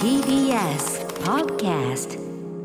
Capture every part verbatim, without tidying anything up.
ティービーエス Podcast。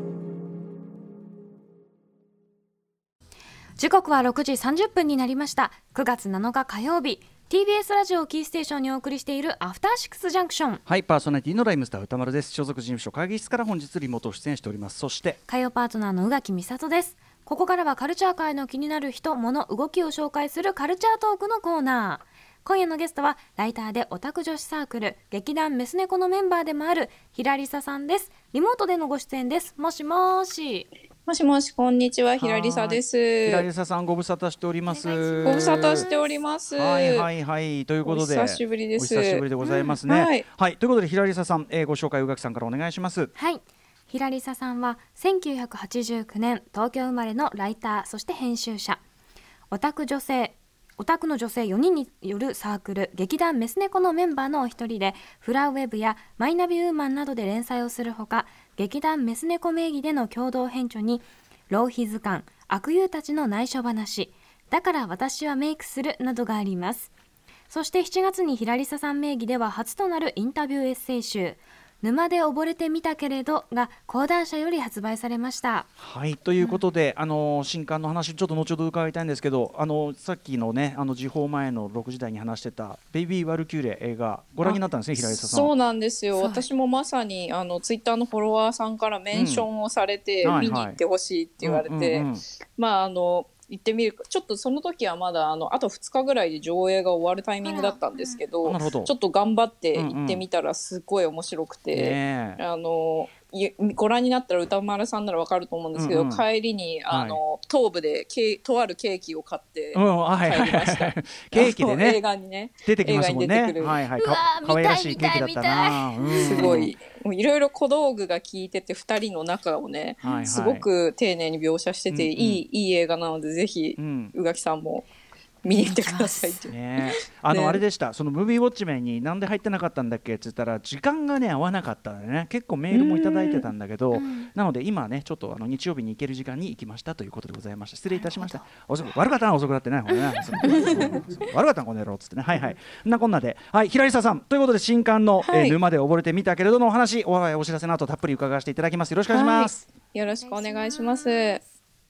時刻はろくじさんじゅっぷんになりました。くがつなのか火曜日、 ティービーエス ラジオキーステーションにお送りしているアフターシックスジャンクション。 はい、パーソナリティのライムスター歌丸です。所属事務所会議室から本日リモート出演しております。そして火曜パートナーの宇垣美里です。ここからはカルチャー界の気になる人物動きを紹介するカルチャートークのコーナー。今夜のゲストはライターでオタク女子サークル劇団メスネコのメンバーでもある平里沙さんです。リモートでのご出演です。もしもしもしもし、こんにちは、平里沙です。 平里沙さん、ご無沙汰しております。 ご無沙汰しております。 はいはいはい、ということでお久しぶりです。 お久しぶりでございますね、 うん、はい、 はい、ということで平里沙さん、えー、ご紹介宇垣さんからお願いします。 はい、平里沙さんはせんきゅうひゃくはちじゅうきゅうねん東京生まれのライター、そして編集者。オタク女性オタクの女性よにんによるサークル劇団メスネコのメンバーのお一人で、フラウェブやマイナビウーマンなどで連載をするほか、劇団メスネコ名義での共同編著に浪費図鑑、悪友たちの内緒話、だから私はメイクするなどがあります。そしてしちがつに平里沙さん名義では初となるインタビューエッセイ集、沼で溺れてみたけれどが講談社より発売されました。 はい、ということで、うん、あの新刊の話ちょっと後ほど伺いたいんですけど、あのさっきのね、あの時報前のろくじ台に話してたベイビーワルキューレ映画ご覧になったんですね、平里沙さん。 そうなんですよ。私もまさにあのツイッターのフォロワーさんからメンションをされて、うん、見に行ってほしいって言われて、まああの行ってみるか、ちょっとその時はまだあのあとふつかぐらいで上映が終わるタイミングだったんですけど、 どちょっと頑張って行ってみたらすごい面白くて、うんうん、あのご覧になったら歌丸さんなら分かると思うんですけど、うんうん、帰りにあの、はい、東部でケとあるケーキを買って帰りました、うん、 ケーキでね映画にね出てきますもんね。 映画に出てくる、 はいはい、か可愛らしいケーキだったな、うん、 すごいいろいろ小道具が効いててふたりの仲をね、はいはい、すごく丁寧に描写してて、うんうん、いい、いい映画なのでぜひ、うん、宇垣さんも見に行ってくださいって、 ね、あの、ね、あれでした。そのムービーウォッチメンになんで入ってなかったんだっけって言ったら時間がね合わなかったのでね、結構メールもいただいてたんだけど、なので今ねちょっとあの日曜日に行ける時間に行きましたということでございました。失礼いたしました。遅く悪かったな、遅くなってね、ね悪かったなこの野郎っつってね、はいはい、そんなこんなで、はい、平里沙さんということで新刊の、はい、えー、沼で溺れてみたけれどのお話、 お, お知らせの後たっぷり伺わせていただきます。よろしくお願いします。 はい、よろしくお願いします。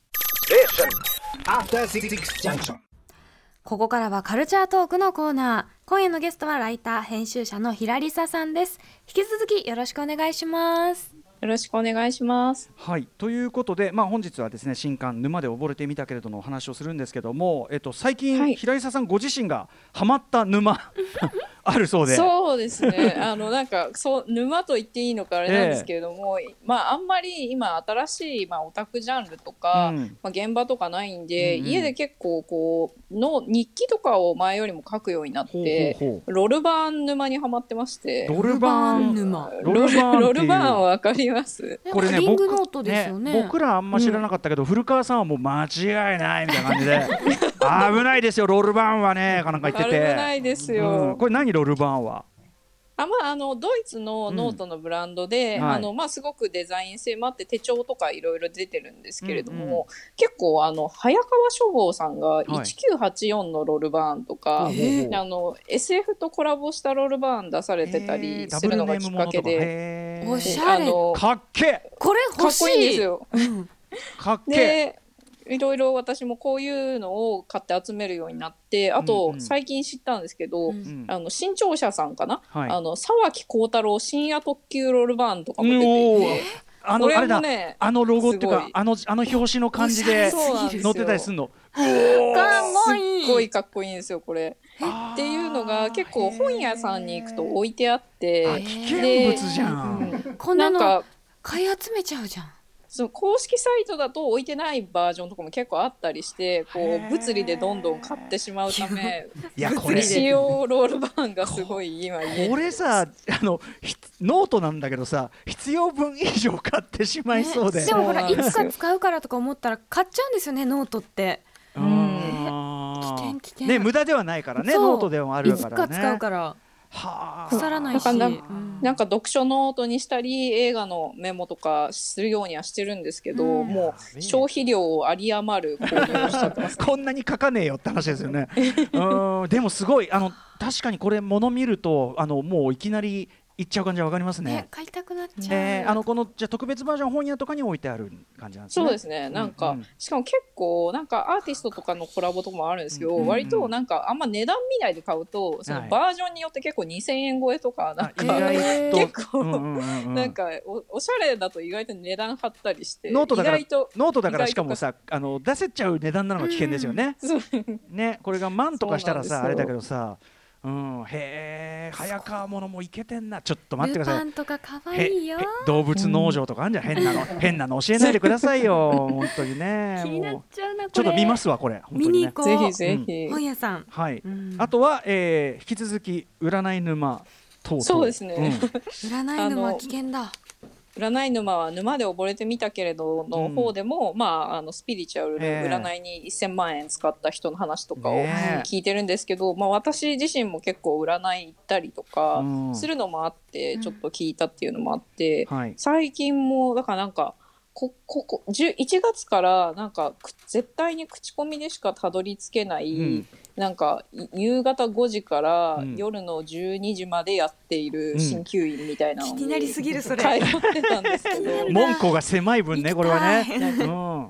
ここからはカルチャートークのコーナー。今夜のゲストはライター編集者の平里沙さんです。引き続きよろしくお願いします。 よろしくお願いします。 はい、ということで、まあ、本日はですね新刊沼で溺れてみたけれどのお話をするんですけども、えっと、最近、はい、平里沙さんご自身がハマった沼あるそうで。 そうですね、あのなんかそう沼と言っていいのかあれなんですけれども、えーまあ、あんまり今新しい、まあ、オタクジャンルとか、うんまあ、現場とかないんで、うんうん、家で結構こうの日記とかを前よりも書くようになってほうほうほう、ロルバーン沼にハマってまして。 ロルバーン沼、 ロルバーンロルバーンわかります？ これね、リングノートですよね。 ね、僕らあんま知らなかったけど、うん、古川さんはもう間違いないみたいな感じで危ないですよロルバーンはね、かなんか言ってて危ないですよ、 うん、これ何ロルバーンは？ あまあ、あのドイツのノートのブランドで、うんはい、あのまあ、すごくデザイン性もあって手帳とかいろいろ出てるんですけれども、うんうん、結構あの早川書房さんがいちきゅうはちよんのロルバーンとか、はい、あの エスエフ とコラボしたロルバーン出されてたりするのがきっかけで、 おしゃれ、あのかっけこれ欲しい、 かっこいいんですよかっけいろいろ私もこういうのを買って集めるようになって、あと最近知ったんですけど、うんうん、あの新潮社さんかな、はい、あの沢木耕太郎深夜特急ロールバーンとかも出ていて、 あの、ね、あれだあのロゴっていうかあの、あの表紙の感じで載ってたりするの、 かっこいい、 すっごいかっこいいんですよこれっていうのが結構本屋さんに行くと置いてあって、 危険物じゃん、 うん、こんなの買い集めちゃうじゃん。 その公式サイトだと置いてないバージョンとかも結構あったりして、こう物理でどんどん買ってしまうため、 いやこれ使用ロールバーンがすごい今家に。 これさ、あのノートなんだけどさ、必要分以上買ってしまいそうで、 ね、でもほらいつか使うからとか思ったら買っちゃうんですよね、ノートって。 うん、危険危険ね、無駄ではないからね、ノートでもあるからね、 いつか使うからはあ、腐らないし、 なんか、うん、なんか読書ノートにしたり映画のメモとかするようにはしてるんですけど、うん、もう消費量を有り余る購入をしちゃってます、ね、 こんなに書かねえよって話ですよねうん、でもすごいあの確かにこれ物見るとあのもういきなりいっちゃう感じはわかりますね。 ね、買いたくなっちゃう。 えー、あのこのじゃ特別バージョン本屋とかに置いてある感じなんですね。 そうですね。なんか、うんうん、しかも結構なんかアーティストとかのコラボとかもあるんですけど、うんうん、割となんかあんま値段見ないで買うとそのバージョンによって結構にせんえん超えとかなんか、はい、結構、うんうんうんうん、なんか お, おしゃれだと意外と値段張ったりしてノートだから意外とノートだからしかもさあの出せちゃう値段なのが危険ですよね。うん、ねこれが万とかしたらさあれだけどさ。うん、へえ早川ものもいけてんな。ちょっと待ってください。 ルパンとか可愛いよ。 動物農場とかあんじゃん、うん、変なの変なの教えないでくださいよ本当にね。 気になっちゃうなこれ。 ちょっと見ますわこれ本当に、ね、 見に行こう。 ぜひぜひ、 うん、本屋さん。 はい、うん、あとは、えー、引き続き占い沼等々。 そうですね、うん、 占い沼危険だ。 占い沼は沼で溺れてみたけれどの方でも、うん、まあ、あのスピリチュアルで占いにせんまんえん使った人の話とかを聞いてるんですけど、まあ、私自身も結構占い行ったりとかするのもあって、うん、ちょっと聞いたっていうのもあって、うん、最近もだからなんかこここいちがつからなんか絶対に口コミでしかたどり着けない、うん、なんか夕方ごじから夜のじゅうにじまでやっている鍼灸院みたいなのに、うん、 気になりすぎるそれ通ってたんですけど門戸が狭い分ねこれはね、うん、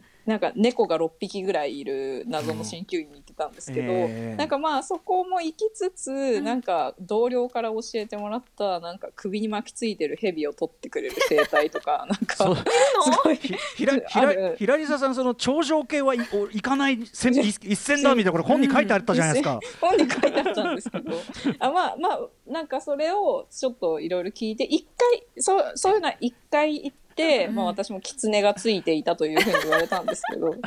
なんか猫がろっぴきぐらいいる謎の鍼灸院に行ってたんですけど、うんえー、なんかまあそこも行きつつ、うん、なんか同僚から教えてもらったなんか首に巻きついてる蛇を取ってくれる生態とかなんかすごいひらひらひらりささんその頂上系はい行かない一線だみたいなこれ本に書いてあったじゃないですか、うん、 本に書いてあったんですけどあまあまあなんかそれをちょっといろいろ聞いて一回そそういうのは一回行ってでまあ、私も狐がついていたというふうに言われたんですけど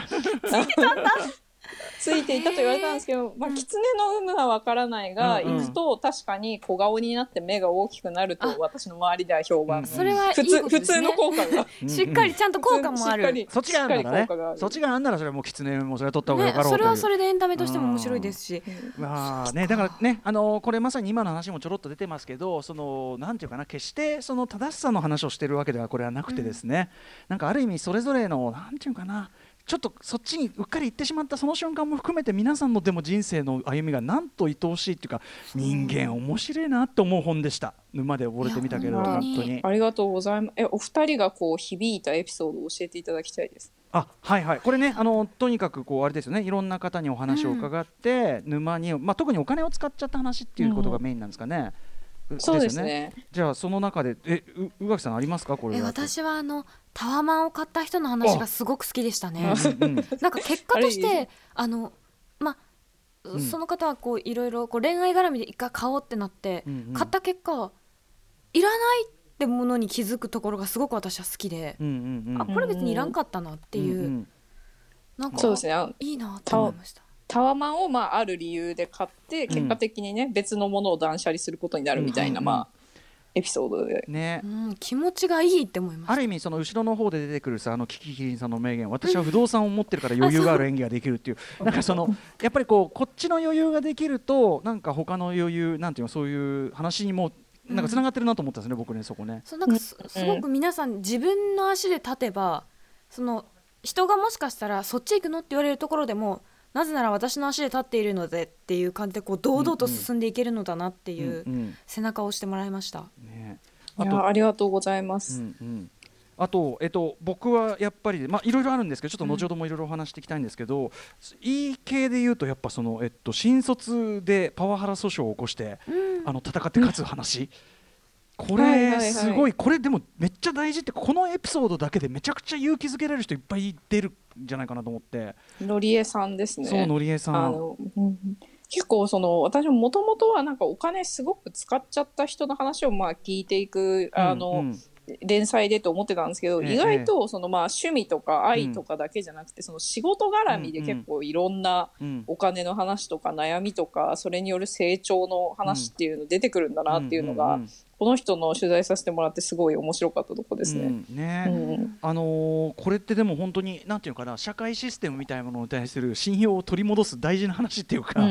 ついていたと言われたんですけど、まあ、狐の有無は分からないが、うんうん、行くと確かに小顔になって目が大きくなると私の周りでは評判、うん、 それはいいことですね。 普通の効果がしっかりちゃんと効果もある。 そっちがあるんだね。そっちがあるならそれはもう狐もそれは取った方がよかろうという、 ね、それはそれでエンタメとしても面白いですし、 まあね、だからねあのこれまさに今の話もちょろっと出てますけどそのなんていうかな決してその正しさの話をしてるわけではこれはなくてですね、うん、なんかある意味それぞれのなんていうかなちょっとそっちにうっかり行ってしまったその瞬間も含めて皆さんのでも人生の歩みがなんと愛おしいっていうか人間面白いなと思う本でした。沼で溺れてみたけど本当にありがとうございます。えお二人がこう響いたエピソードを教えていただきたいです。 あはいはいこれねあのとにかくこうあれですよねいろんな方にお話を伺って、うん、沼に、まあ、特にお金を使っちゃった話っていうことがメインなんですかね、 うん、そうですね。 じゃあその中でえう宇垣さんありますかこれ。 え私はあのタワマンを買った人の話がすごく好きでしたね。なんか結果としてあのまあ、うん、その方はこういろいろこう恋愛絡みで一回買おうってなって、うんうん、買った結果いらないってものに気づくところがすごく私は好きで、うんうんうん、あこれ別にいらんかったなっていう、うんうん、なんかそうですねいいなって思いました。 タワマンをまあある理由で買って結果的にね、うん、別のものを断捨離することになるみたいな、うんうんうん、まあエピソードで、 ねうん、気持ちがいいって思います。 ある意味その後ろの方で出てくるさあのキキキリンさんの名言私は不動産を持ってるから余裕がある演技ができるっていうなんかそのやっぱりこうこっちの余裕ができるとなんか他の余裕なんていうのそういう話にもなんかつながってるなと思ったんですね、うん、僕ねそこねそうなんか す, すごく皆さん自分の足で立てばその人がもしかしたらそっち行くのって言われるところでもなぜなら私の足で立っているのでっていう感じでこう堂々と進んでいけるのだなっていう背中を押してもらいました、うんうんね、あ, いやありがとうございます、うんうん、 あと、えっと、僕はやっぱり、まあ、いろいろあるんですけどちょっと後ほどもいろいろお話していきたいんですけど、うん、いい系で言うとやっぱその、えっと、新卒でパワハラ訴訟を起こして、うん、あの戦って勝つ話、うん、これすごい、はいはいはい、これでもめっちゃ大事ってこのエピソードだけでめちゃくちゃ勇気づけられる人いっぱい出るんじゃないかなと思ってのりえさんですね。 そうのりえさんあの、 うん、結構その私ももともとはなんかお金すごく使っちゃった人の話をまあ聞いていくあの、うんうん連載でと思ってたんですけど、ええ、意外とそのまあ趣味とか愛とかだけじゃなくて、うん、その仕事絡みで結構いろんなお金の話とか悩みとかそれによる成長の話っていうの出てくるんだなっていうのが、うんうんうん、この人の取材させてもらってすごい面白かったとこですね。うんねうん、あのー、これってでも本当になんていうかな社会システムみたいなものに対する信用を取り戻す大事な話っていうか、うん、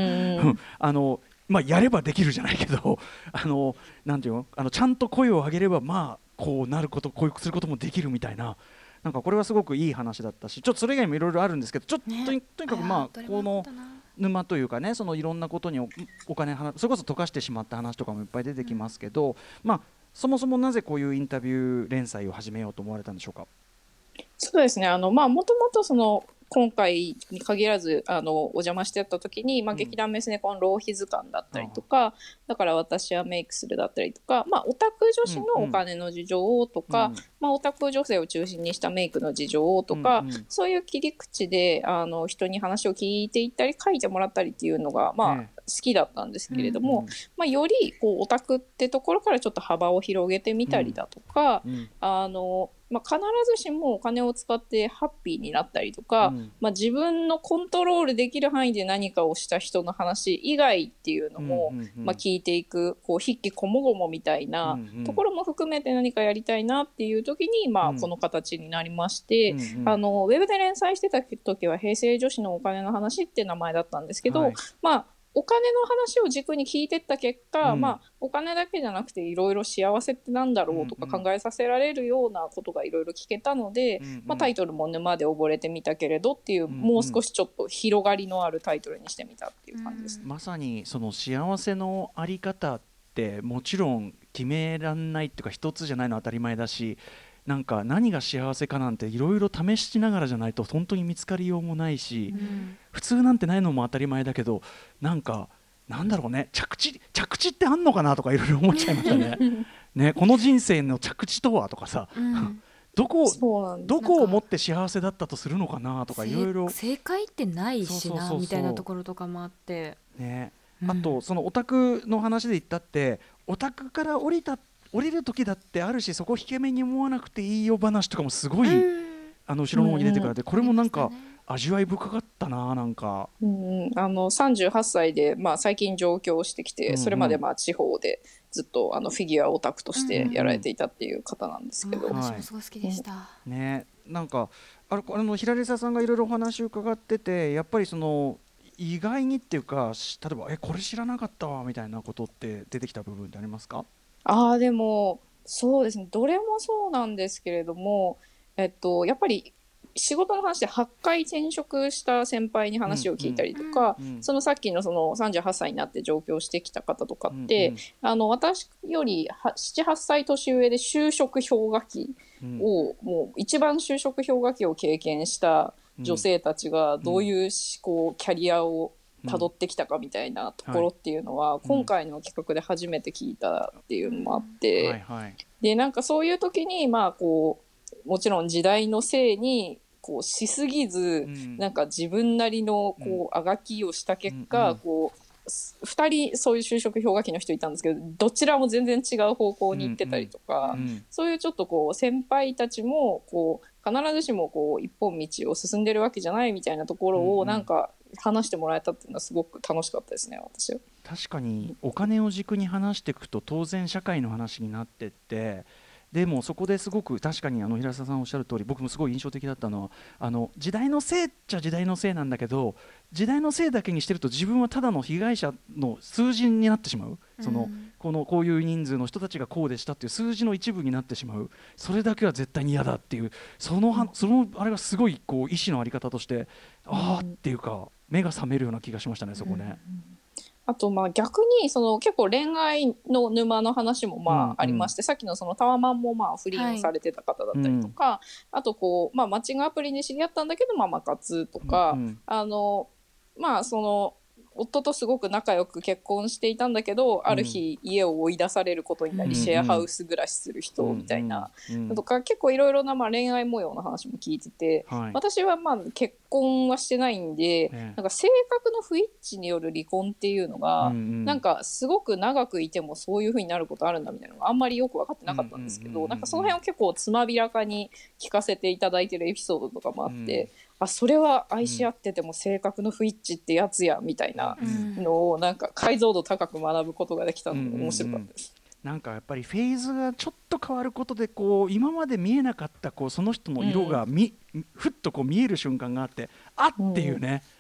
あのまあ、やればできるじゃないけどあのなんていうのあのちゃんと声を上げればまあこうなることこうすることもできるみたいななんかこれはすごくいい話だったしちょっとそれ以外にもいろいろあるんですけどちょっと、ね、とにかくまあこの沼というかねそのいろんなことに お, お金それこそ溶かしてしまった話とかもいっぱい出てきますけど、うん、まあそもそもなぜこういうインタビュー連載を始めようと思われたんでしょうか？ そうですね、あのまあもともとその今回に限らずあのお邪魔してた時に、まあ、劇団メスネコン浪費図鑑だったりとか、うん、だから私はメイクするだったりとか、まあ、オタク女子のお金の事情とか、うんうん、まあ、オタク女性を中心にしたメイクの事情とか、うんうん、そういう切り口であの人に話を聞いていったり書いてもらったりっていうのが、まあ、うん、好きだったんですけれども、うんうん、まあ、よりこうオタクってところからちょっと幅を広げてみたりだとか、うんうん、あのまあ、必ずしもお金を使ってハッピーになったりとか、うん、まあ、自分のコントロールできる範囲で何かをした人の話以外っていうのも、うんうんうん、まあ、聞いていくこう筆記こもごもみたいなところも含めて何かやりたいなっていう時に、まあ、この形になりまして、うんうん、あのウェブで連載してた時は平成女子のお金の話って名前だったんですけど、はい、まあお金の話を軸に聞いてった結果、うん、まあ、お金だけじゃなくていろいろ幸せってなんだろうとか考えさせられるようなことがいろいろ聞けたので、うんうん、まあ、タイトルも沼で溺れてみたけれどっていう、うんうん、もう少しちょっと広がりのあるタイトルにしてみたっていう感じです、ね、 まさにその幸せのあり方ってもちろん決めらんないっていうか一つじゃないのは当たり前だし、なんか何が幸せかなんていろいろ試しながらじゃないと本当に見つかりようもないし、うん、普通なんてないのも当たり前だけど、なんかなんだろうね、着地着地ってあんのかなとかいろいろ思っちゃいましたねね、この人生の着地とはとかさ、うん、どこどこをもって幸せだったとするのかなとかいろいろ正解ってないしなみたいなところとかもあってね、うん、あとそのオタクの話で言ったってオタクから降りた降りる時だってあるし、そこ引け目に思わなくていいよ話とかもすごい、うん、あの後ろの方に出てからで、これもなんか味わい深かったな。なんか、 うん、あのさんじゅうはっさいで、まあ、最近上京してきて、うんうん、それまでまあ地方でずっとあのフィギュアオタクとしてやられていたっていう方なんですけど、 うんうん、私もすごい好きでした、 うん、ね、なんかあれあの平出さんがいろいろお話を伺ってて、やっぱりその意外にっていうか、例えばえこれ知らなかったわみたいなことって出てきた部分ってありますか？ あーでもそうですね、どれもそうなんですけれども、えっと、やっぱり仕事の話ではちかい転職した先輩に話を聞いたりとか、うんうん、そのさっき の, そのさんじゅうはっさいになって上京してきた方とかって、うんうん、あの私よりななはっさい年上で就職氷河期を、うん、もう一番就職氷河期を経験した女性たちがどういう思考、キャリアを辿ってきたかみたいなところっていうのは、うん、今回の企画で初めて聞いたっていうのもあって、うんはいはい、でなんかそういう時にまあこうもちろん時代のせいにこうしすぎず、うん、なんか自分なりのこうあがきをした結果、うん、こうふたりそういう就職氷河期の人いたんですけど、どちらも全然違う方向に行ってたりとか、うんうん、そういうちょっとこう先輩たちもこう必ずしもこう一本道を進んでるわけじゃないみたいなところをなんか話してもらえたっていうのはすごく楽しかったですね、私は。 確かにお金を軸に話していくと当然社会の話になってって、でもそこですごく確かにあの平沢さんおっしゃる通り、僕もすごい印象的だったのは、あの時代のせいっちゃ時代のせいなんだけど、時代のせいだけにしてると自分はただの被害者の数字になってしまう、その、うん、このこういう人数の人たちがこうでしたっていう数字の一部になってしまう、それだけは絶対に嫌だっていう、その、うん、そのあれがすごいこう意思のあり方として、うん、ああっていうか目が覚めるような気がしましたね、そこね。うん、 あとまあ逆にその結構恋愛の沼の話もまあありまして、うんうん、さっきのそのタワマンもまあ不倫されてた方だったりとか、はい、あとこう、まあ、マッチングアプリで知り合ったんだけどママ活とか、うんうん、あのまあその夫とすごく仲良く結婚していたんだけど、ある日家を追い出されることになり、うん、シェアハウス暮らしする人みたいな、うんうん、とか結構いろいろなまあ恋愛模様の話も聞いてて、はい、私はまあ結婚はしてないんで、ね、なんか性格の不一致による離婚っていうのが、うんうん、なんかすごく長くいてもそういう風になることあるんだみたいなのがあんまりよく分かってなかったんですけど、なんかその辺を結構つまびらかに聞かせていただいてるエピソードとかもあって、うん、あそれは愛し合ってても性格の不一致ってやつやみたいなのをなんか解像度高く学ぶことができたので面白かったです。 うんうんうん、なんかやっぱりフェーズがちょっと変わることでこう今まで見えなかったこうその人の色がみ、うん、ふっとこう見える瞬間があって、あっていうね、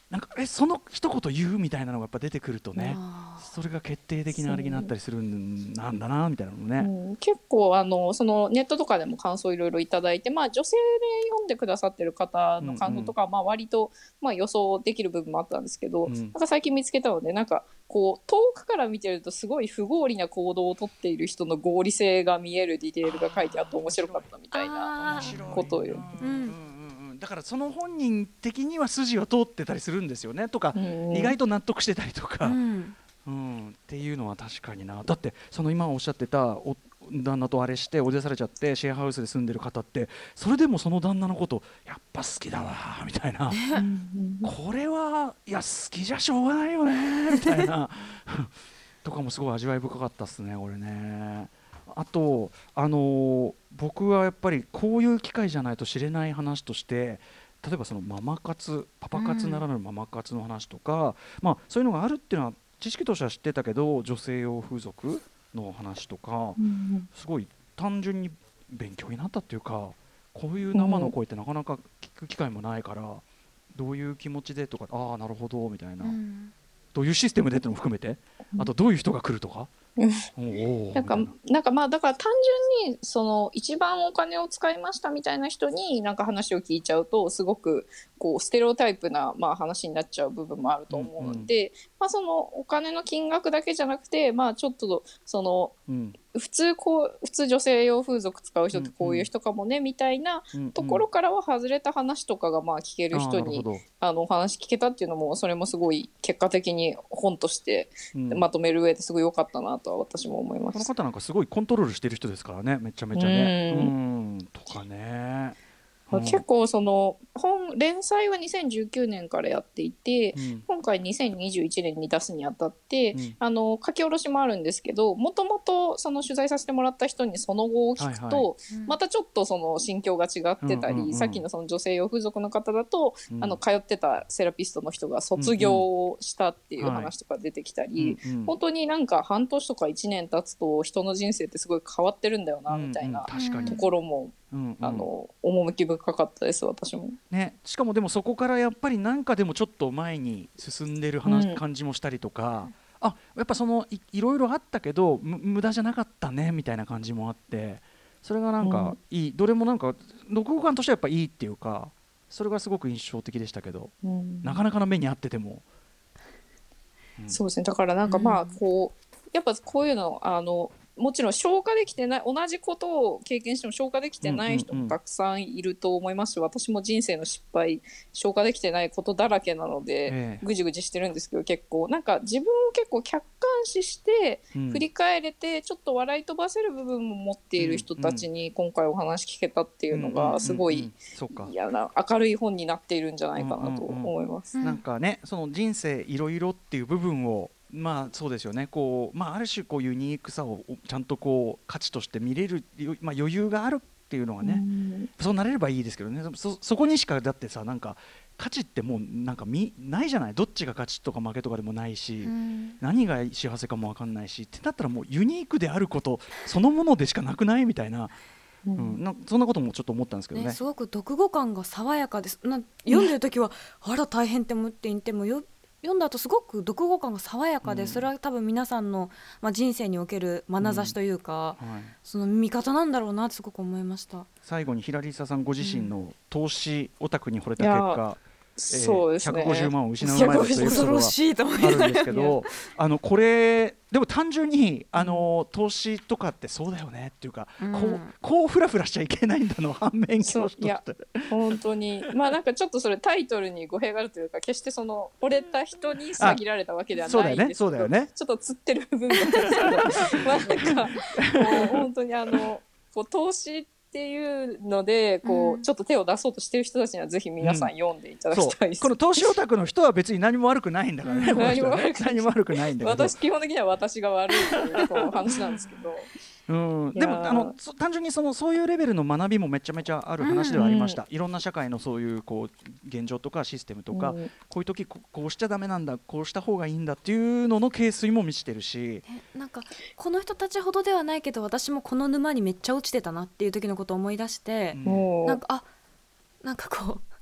なんかえその一言言うみたいなのがやっぱ出てくるとね、それが決定的なあれになったりするんなんだなみたいなのね、 うん、結構あのそのネットとかでも感想いろいろいただいて、まあ、女性で読んでくださってる方の感想とか、うんうん、まあ、割と、まあ、予想できる部分もあったんですけど、うん、なんか最近見つけたのでなんかこう遠くから見てるとすごい不合理な行動をとっている人の合理性が見えるディテールが書いてあって面白かったみたいなことを言う。 だからその本人的には筋を通ってたりするんですよねとか、うん、意外と納得してたりとか、うんうん、っていうのは確かにな。だってその今おっしゃってたお旦那とあれして追い出されちゃってシェアハウスで住んでる方ってそれでもその旦那のことやっぱ好きだわみたいな、これはいや好きじゃしょうがないよねみたいなとかもすごい味わい深かったっすねこれね。あと、あのー、僕はやっぱりこういう機会じゃないと知れない話として例えばそのママ活パパ活ならぬママ活の話とか、うんまあ、そういうのがあるっていうのは知識としては知ってたけど女性用風俗の話とか、うん、すごい単純に勉強になったっていうかこういう生の声ってなかなか聞く機会もないから、うん、どういう気持ちでとかああなるほどみたいな、うん、どういうシステムでっていうのも含めてあとどういう人が来るとかなんかなんかまあだから単純にその一番お金を使いましたみたいな人になんか話を聞いちゃうとすごくこうステレオタイプなまあ話になっちゃう部分もあると思うので、うんうんまあ、そのお金の金額だけじゃなくてまあちょっとその、うん普通こう普通女性用風俗使う人ってこういう人かもね、うんうん、みたいなところからは外れた話とかがまあ聞ける人に、うんうん、あのお話聞けたっていうのもそれもすごい結果的に本としてまとめる上ですごい良かったなとは私も思います。 この方なんかすごいコントロールしてる人ですからねめちゃめちゃね。うんうんとかね。 結構その本連載はにせんじゅうきゅうねんからやっていて、うん、今回にせんにじゅういちねんに出すにあたって、うん、あの書き下ろしもあるんですけどもともとその取材させてもらった人にその後を聞くと、はいはい、またちょっとその心境が違ってたり、うんうんうん、さっきのその女性用風俗の方だと、うん、あの通ってたセラピストの人が卒業したっていう話とか出てきたり、うんうんはい、本当になんか半年とかいちねん経つと人の人生ってすごい変わってるんだよなみたいなところも、うんうん、あの趣深かったです私も、 ね、しかもでもそこからやっぱりなんかでもちょっと前に進んでる話、うん、感じもしたりとかあやっぱその い, いろいろあったけど無駄じゃなかったねみたいな感じもあってそれがなんかいい、うん、どれもなんか読後感としてはやっぱいいっていうかそれがすごく印象的でしたけど、うん、なかなかの目にあってても、 うん、そうですねだからなんかまあこう、うん、やっぱこういうのあのもちろん消化できてない同じことを経験しても消化できてない人もたくさんいると思いますし、うんうんうん、私も人生の失敗消化できてないことだらけなので、ええ、ぐじぐじしてるんですけど結構なんか自分を結構客観視して振り返れてちょっと笑い飛ばせる部分も持っている人たちに今回お話聞けたっていうのがすごいいやな明るい本になっているんじゃないかなと思います、 うんうんうん、なんかねその人生いろいろっていう部分をまあそうですよねこう、まあ、ある種こうユニークさをちゃんとこう価値として見れる、まあ、余裕があるっていうのはね、うん、そうなれればいいですけどね そ, そこにしかだってさなんか価値ってもうなんかみないじゃないどっちが勝ちとか負けとかでもないし、うん、何が幸せかも分かんないしってなったらもうユニークであることそのものでしかなくないみたいな、うんうん、なそんなこともちょっと思ったんですけどね、 ねすごく読後感が爽やかですな読んでる時は、うん、あら大変って思っていてもよ読んだ後すごく読後感が爽やかで、うん、それは多分皆さんの、まあ、人生における眼差しというか、うんはい、その見方なんだろうなってすごく思いました。 最後にヒラリーサさんご自身の投資オタクに惚れた結果、 そうですね、 ひゃくごじゅうまんを失う前だということがあるんですけどあのこれでも単純にあの投資とかってそうだよねっていうか、うん、こうこうフラフラしちゃいけないんだの反面教師としていや本当にまあなんかちょっっとそれタイトルに語弊があるというか決してその惚れた人に限られたわけではないんですけど、ねね、ちょっとつってる部分があるんですけどまあなんかもう本当にあのこう投資っていうのでこう、うん、ちょっと手を出そうとしてる人たちにはぜひ皆さん読んでいただきたいです、 うん、この投資オタクの人は別に何も悪くないんだからね、うん、何も悪くない、何も悪くないんだけど私基本的には私が悪いという話なんですけどうん、でもあの単純にそのそういうレベルの学びもめちゃめちゃある話ではありました、うんうん、いろんな社会のそういうこう現状とかシステムとか、うん、こういう時 こ, こうしちゃダメなんだこうした方がいいんだっていうのの形推も満ちてるし、 なんかこの人たちほどではないけど私もこの沼にめっちゃ落ちてたなっていう時のことを思い出して、うん、なんかあなんかこう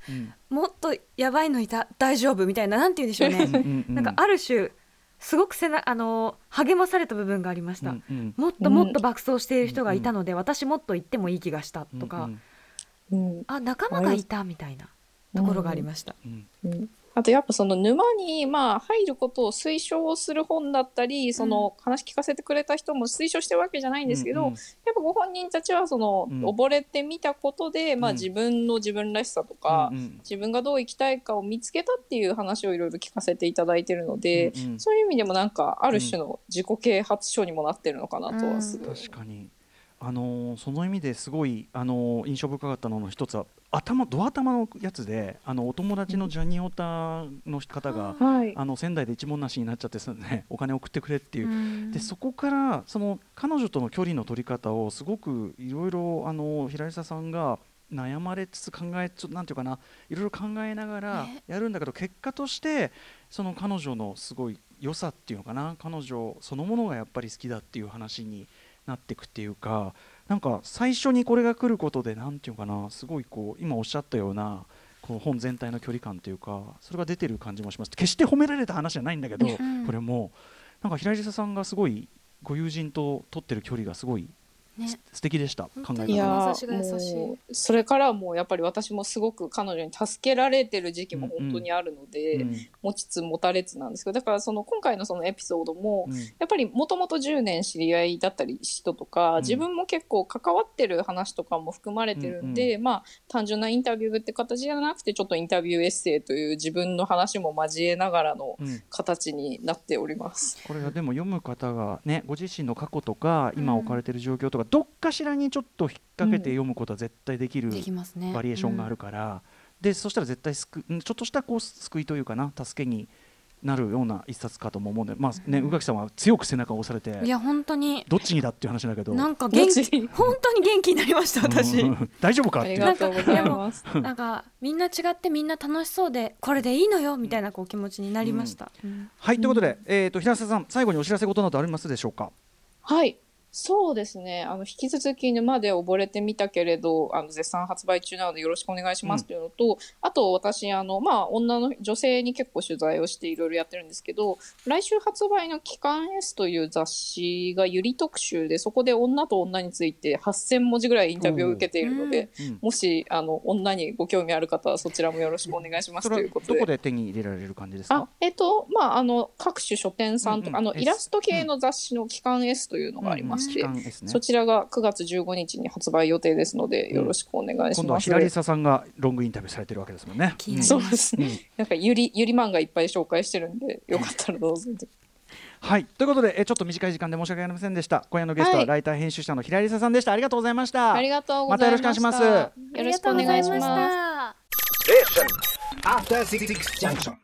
うん、もっとやばいのいた大丈夫みたいな、なんて言うんでしょうねうんうん、なんかある種すごくせなあの励まされた部分がありました、うんうん、もっともっと爆走している人がいたので、うんうん、私もっと言ってもいい気がしたとか、うんうん、あ仲間がいたみたいなところがありました、うんうんうん、 あとやっぱその沼にまあ入ることを推奨する本だったり、その話聞かせてくれた人も推奨してるわけじゃないんですけど、うんうん、やっぱご本人たちはその溺れてみたことで、うん、まあ自分の自分らしさとか、うんうん、自分がどう生きたいかを見つけたっていう話をいろいろ聞かせていただいてるので、うんうん、そういう意味でもなんかある種の自己啓発書にもなってるのかなとはすごい、うん、 確かにあのー、その意味ですごい、あのー、印象深かったのの一つは頭ド頭のやつで、あのお友達のジャニオタの方が、うん、あの仙台で一文無しになっちゃって、ね、お金送ってくれっていう、うん、でそこからその彼女との距離の取り方をすごくいろいろあの平井さんが悩まれつつ考えちょなんていうかないろいろ考えながらやるんだけど、結果としてその彼女のすごい良さっていうのかな、彼女そのものがやっぱり好きだっていう話になっていくっていうか、なんか最初にこれが来ることでなんていうかな、すごいこう今おっしゃったようなこの本全体の距離感というか、それが出てる感じもします。決して褒められた話じゃないんだけど、うん、これもなんか平井さんがすごいご友人と取ってる距離がすごいね、素敵でした。考え方いやもうそれからもうやっぱり私もすごく彼女に助けられてる時期も本当にあるので、うんうん、持ちつ持たれつなんですけど、だからその今回のそのエピソードも、うん、やっぱりもともとじゅうねん知り合いだったり人とか、うん、自分も結構関わってる話とかも含まれてるんで、うんうん、まあ単純なインタビューって形じゃなくてちょっとインタビューエッセイという自分の話も交えながらの形になっております、 うん、これがでも読む方がね、ご自身の過去とか今置かれてる状況とか、どっかしらにちょっと引っ掛けて読むことは絶対できる、うん、バリエーションがあるから、うん、でそしたら絶対すくちょっとしたこう救いというかな、助けになるような一冊かとも思うんで、まあね、宇垣さんは強く背中を押されて、 いや本当にどっちにだっていう話だけど、 なんか元気本当に元気になりました私、うん、 大丈夫かっていう、 ありがとうございます。 なんかみんな違ってみんな楽しそうでこれでいいのよみたいなこう気持ちになりました、 うんうん、はい、ということで、えーと、平瀬さん最後にお知らせ事などありますでしょうか。 はい、そうですね、あの引き続き沼で溺れてみたけれどあの絶賛発売中なのでよろしくお願いしますというのと、うん、あと私あの、まあ、女の女性に結構取材をしていろいろやってるんですけど、来週発売の期間 S という雑誌がゆり特集で、そこで女と女についてはっせんもじぐらいインタビューを受けているので、うん、もしあの女にご興味ある方はそちらもよろしくお願いしますということで。 どこで手に入れられる感じですか。 あ、えっとまあ、あの各種書店さんとか、うんうん、あのイラスト系の雑誌の期間 S というのがありまして、うんうん、S ね、そちらがくがつじゅうごにちに発売予定ですのでよろしくお願いします、うん、 今度は平リサさんがロングインタビューされてるわけですもんね、 うん、そうですね、うん、なんかゆりゆり漫画いっぱい紹介してるんでよかったらどうぞはい、ということでえちょっと短い時間で申し訳ありませんでした。今夜のゲストは、はい、ライター編集者の平リサさんでした。ありがとうございました。 ありがとうございました。 またよろしくお願いします。 よろしくお願いします。